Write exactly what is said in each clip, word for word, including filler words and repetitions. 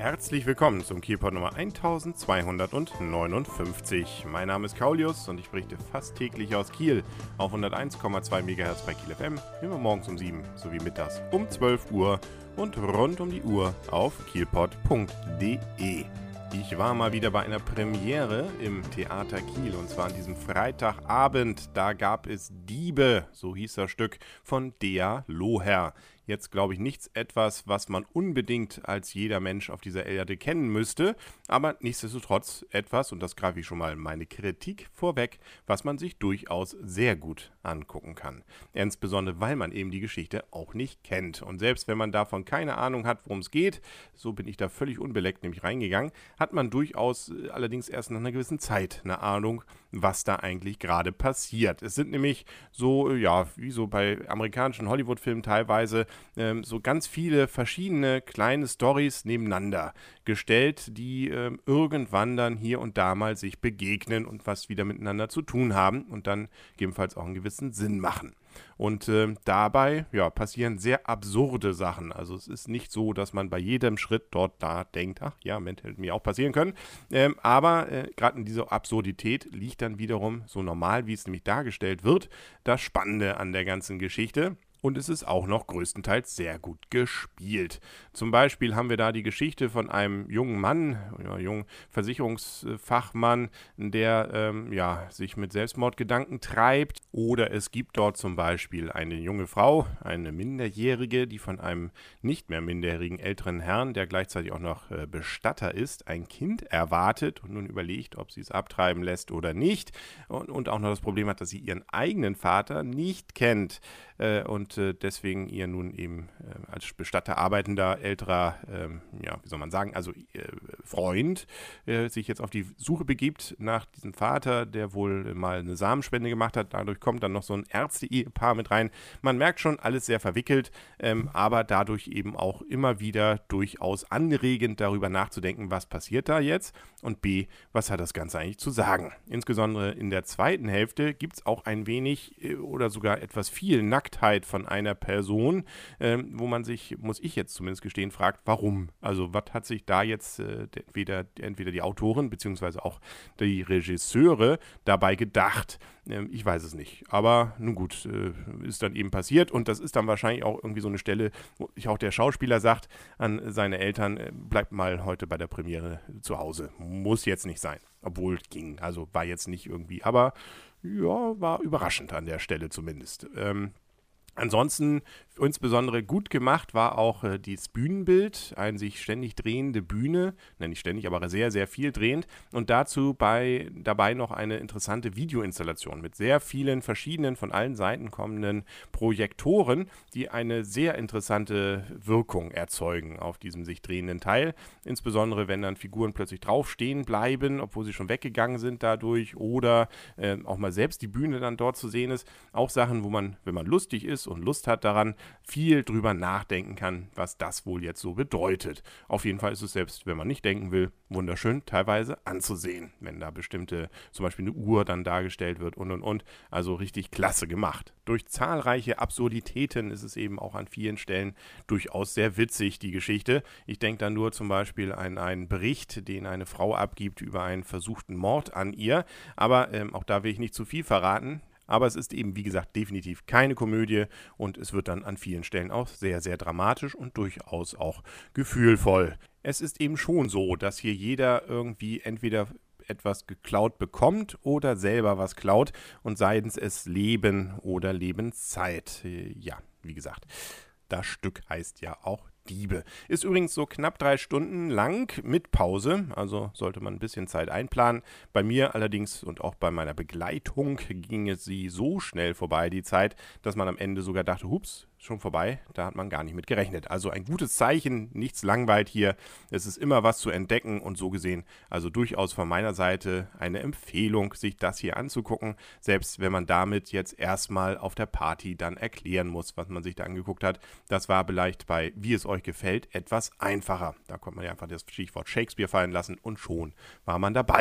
Herzlich willkommen zum Kielpot Nummer eintausendzweihundertneunundfünfzig. Mein Name ist Kaulius und ich berichte fast täglich aus Kiel auf hunderteins Komma zwei Megahertz bei Kiel F M, immer morgens um sieben sowie mittags um zwölf Uhr und rund um die Uhr auf kielpot punkt de. Ich war mal wieder bei einer Premiere im Theater Kiel und zwar an diesem Freitagabend. Da gab es Diebe, so hieß das Stück, von Dea Loher. Jetzt glaube ich nichts etwas, was man unbedingt als jeder Mensch auf dieser Erde kennen müsste, aber nichtsdestotrotz etwas, und das greife ich schon mal meine Kritik vorweg, was man sich durchaus sehr gut angucken kann. Insbesondere, weil man eben die Geschichte auch nicht kennt. Und selbst wenn man davon keine Ahnung hat, worum es geht, so bin ich da völlig unbeleckt nämlich reingegangen, hat man durchaus allerdings erst nach einer gewissen Zeit eine Ahnung, was da eigentlich gerade passiert. Es sind nämlich so, ja, wie so bei amerikanischen Hollywood-Filmen teilweise, ähm, so ganz viele verschiedene kleine Storys nebeneinander gestellt, die ähm, irgendwann dann hier und da mal sich begegnen und was wieder miteinander zu tun haben und dann gegebenenfalls auch einen gewissen Sinn machen. Und äh, dabei ja, passieren sehr absurde Sachen. Also es ist nicht so, dass man bei jedem Schritt dort da denkt, ach ja, Mensch, hätte mir auch passieren können. Ähm, aber äh, gerade in dieser Absurdität liegt dann wiederum, so normal wie es nämlich dargestellt wird, das Spannende an der ganzen Geschichte. Und es ist auch noch größtenteils sehr gut gespielt. Zum Beispiel haben wir da die Geschichte von einem jungen Mann, ja, jungen Versicherungsfachmann, der ähm, ja, sich mit Selbstmordgedanken treibt. Oder es gibt dort zum Beispiel eine junge Frau, eine Minderjährige, die von einem nicht mehr minderjährigen älteren Herrn, der gleichzeitig auch noch äh, Bestatter ist, ein Kind erwartet und nun überlegt, ob sie es abtreiben lässt oder nicht. Und, und auch noch das Problem hat, dass sie ihren eigenen Vater nicht kennt. Äh, und deswegen ihr nun eben äh, als Bestatter arbeitender älterer, ähm, ja, wie soll man sagen, also äh, Freund äh, sich jetzt auf die Suche begibt nach diesem Vater, der wohl mal eine Samenspende gemacht hat. Dadurch kommt dann noch so ein Ärzte-Ehepaar mit rein. Man merkt schon, alles sehr verwickelt, ähm, aber dadurch eben auch immer wieder durchaus anregend darüber nachzudenken, was passiert da jetzt und B, was hat das Ganze eigentlich zu sagen. Insbesondere in der zweiten Hälfte gibt es auch ein wenig äh, oder sogar etwas viel Nacktheit von einer Person, ähm, wo man sich, muss ich jetzt zumindest gestehen, fragt, warum? Also was hat sich da jetzt äh, entweder, entweder die Autoren beziehungsweise auch die Regisseure dabei gedacht? Ähm, ich weiß es nicht. Aber nun gut, äh, ist dann eben passiert und das ist dann wahrscheinlich auch irgendwie so eine Stelle, wo sich auch der Schauspieler sagt an seine Eltern, äh, bleibt mal heute bei der Premiere zu Hause. Muss jetzt nicht sein. Obwohl es ging. Also war jetzt nicht irgendwie, aber ja, war überraschend an der Stelle zumindest. Ähm, Ansonsten insbesondere gut gemacht war auch äh, das Bühnenbild, eine sich ständig drehende Bühne, nein nicht ständig, aber sehr, sehr viel drehend und dazu bei, dabei noch eine interessante Videoinstallation mit sehr vielen verschiedenen von allen Seiten kommenden Projektoren, die eine sehr interessante Wirkung erzeugen auf diesem sich drehenden Teil, insbesondere wenn dann Figuren plötzlich draufstehen bleiben, obwohl sie schon weggegangen sind dadurch oder äh, auch mal selbst die Bühne dann dort zu sehen ist, auch Sachen, wo man, wenn man lustig ist und Lust hat daran, viel drüber nachdenken kann, was das wohl jetzt so bedeutet. Auf jeden Fall ist es selbst, wenn man nicht denken will, wunderschön teilweise anzusehen, wenn da bestimmte, zum Beispiel eine Uhr dann dargestellt wird und und und, also richtig klasse gemacht. Durch zahlreiche Absurditäten ist es eben auch an vielen Stellen durchaus sehr witzig, die Geschichte. Ich denke da nur zum Beispiel an einen Bericht, den eine Frau abgibt über einen versuchten Mord an ihr, aber ähm, auch da will ich nicht zu viel verraten. Aber es ist eben, wie gesagt, definitiv keine Komödie und es wird dann an vielen Stellen auch sehr, sehr dramatisch und durchaus auch gefühlvoll. Es ist eben schon so, dass hier jeder irgendwie entweder etwas geklaut bekommt oder selber was klaut und seitens es Leben oder Lebenszeit. Ja, wie gesagt, das Stück heißt ja auch Diebe. Ist übrigens so knapp drei Stunden lang mit Pause, also sollte man ein bisschen Zeit einplanen. Bei mir allerdings und auch bei meiner Begleitung ging es sie so schnell vorbei, die Zeit, dass man am Ende sogar dachte, hups, schon vorbei, da hat man gar nicht mit gerechnet. Also ein gutes Zeichen, nichts langweilt hier. Es ist immer was zu entdecken und so gesehen, also durchaus von meiner Seite eine Empfehlung, sich das hier anzugucken, selbst wenn man damit jetzt erstmal auf der Party dann erklären muss, was man sich da angeguckt hat. Das war vielleicht bei Wie es euch gefällt etwas einfacher. Da konnte man ja einfach das Stichwort Shakespeare fallen lassen und schon war man dabei.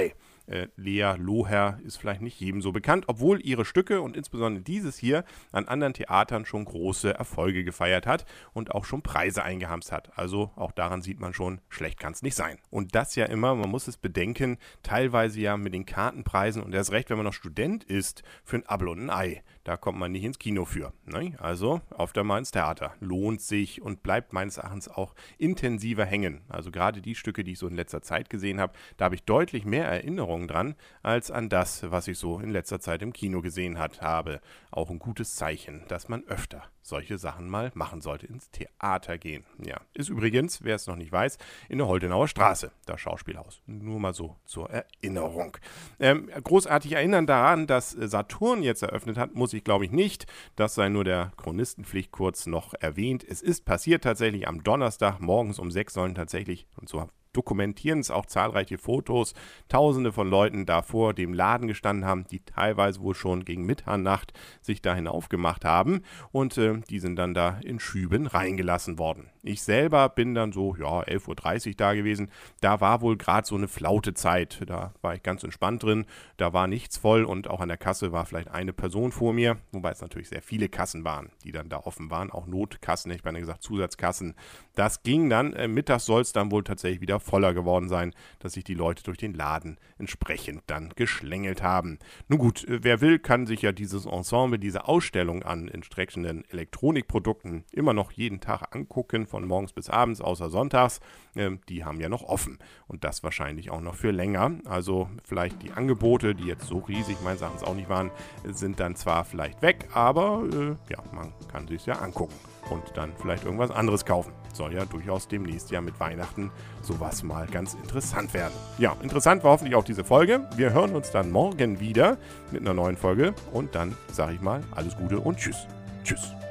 Äh, Lea Loher ist vielleicht nicht jedem so bekannt, obwohl ihre Stücke und insbesondere dieses hier an anderen Theatern schon große Erfolge gefeiert hat und auch schon Preise eingeheimst hat. Also auch daran sieht man schon, schlecht kann es nicht sein. Und das ja immer, man muss es bedenken, teilweise ja mit den Kartenpreisen und erst recht, wenn man noch Student ist, für ein Apfel und ein Ei. Da kommt man nicht ins Kino für. Ne? Also auf der Mainz Theater. Lohnt sich und bleibt meines Erachtens auch intensiver hängen. Also gerade die Stücke, die ich so in letzter Zeit gesehen habe, da habe ich deutlich mehr Erinnerungen dran, als an das, was ich so in letzter Zeit im Kino gesehen hat, habe. Auch ein gutes Zeichen, dass man öfter solche Sachen mal machen sollte, ins Theater gehen. Ja, ist übrigens, wer es noch nicht weiß, in der Holtenauer Straße, das Schauspielhaus. Nur mal so zur Erinnerung. Ähm, großartig erinnern daran, dass Saturn jetzt eröffnet hat, muss ich glaube ich nicht. Das sei nur der Chronistenpflicht kurz noch erwähnt. Es ist passiert tatsächlich am Donnerstag, morgens um sechs sollen tatsächlich, und so dokumentieren es auch zahlreiche Fotos, tausende von Leuten da vor dem Laden gestanden haben, die teilweise wohl schon gegen Mitternacht sich dahin aufgemacht haben und äh, die sind dann da in Schüben reingelassen worden. Ich selber bin dann so, ja, elf Uhr dreißig da gewesen, da war wohl gerade so eine flaute Zeit, da war ich ganz entspannt drin, da war nichts voll und auch an der Kasse war vielleicht eine Person vor mir, wobei es natürlich sehr viele Kassen waren, die dann da offen waren, auch Notkassen, ich meine gesagt Zusatzkassen. Das ging dann, äh, mittags soll es dann wohl tatsächlich wieder voller geworden sein, dass sich die Leute durch den Laden entsprechend dann geschlängelt haben. Nun gut, wer will, kann sich ja dieses Ensemble, diese Ausstellung an entsprechenden Elektronikprodukten immer noch jeden Tag angucken, von morgens bis abends, außer sonntags. Ähm, die haben ja noch offen und das wahrscheinlich auch noch für länger. Also vielleicht die Angebote, die jetzt so riesig meines Erachtens auch nicht waren, sind dann zwar vielleicht weg, aber äh, ja, man kann sich ja angucken und dann vielleicht irgendwas anderes kaufen. Soll ja durchaus demnächst ja mit Weihnachten sowas mal ganz interessant werden. Ja, interessant war hoffentlich auch diese Folge. Wir hören uns dann morgen wieder mit einer neuen Folge und dann sage ich mal alles Gute und tschüss. Tschüss.